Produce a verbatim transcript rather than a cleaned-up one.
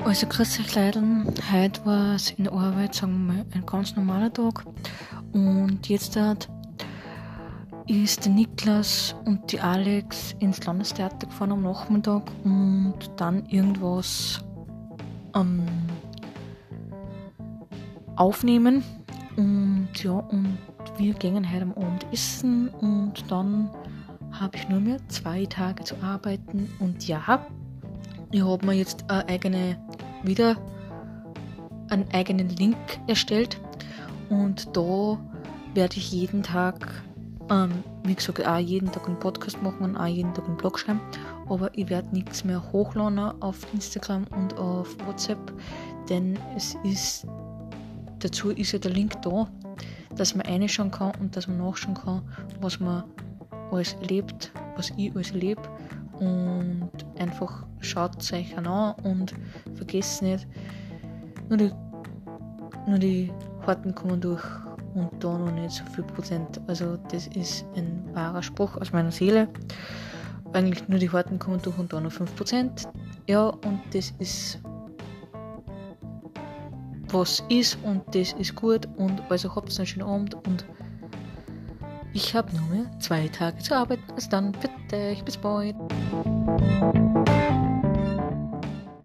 Also grüß euch Leute, heute war es in der Arbeit, sagen wir mal, ein ganz normaler Tag und jetzt dort ist der Niklas und die Alex ins Landestheater gefahren am Nachmittag und dann irgendwas ähm, aufnehmen und ja, und wir gehen heute am Abend essen und dann habe ich nur mehr zwei Tage zu arbeiten und ja, ich habe mir jetzt eine eigene, wieder einen eigenen Link erstellt und da werde ich jeden Tag, ähm, wie gesagt, auch jeden Tag einen Podcast machen und auch jeden Tag einen Blog schreiben, aber ich werde nichts mehr hochladen auf Instagram und auf WhatsApp, denn es ist, dazu ist ja der Link da, dass man reinschauen kann und dass man nachschauen kann, was man alles erlebt, was ich alles erlebe. Und einfach schaut es euch an und vergesst nicht, nur die, nur die Harten kommen durch und da noch nicht so viel Prozent. Also das ist ein wahrer Spruch aus meiner Seele. Eigentlich nur die Harten kommen durch und da noch fünf Prozent. Ja, und das ist was ist und das ist gut und also habt einen schönen Abend und ich habe nur mehr zwei Tage zu arbeiten. Also dann, bitte, bis bald.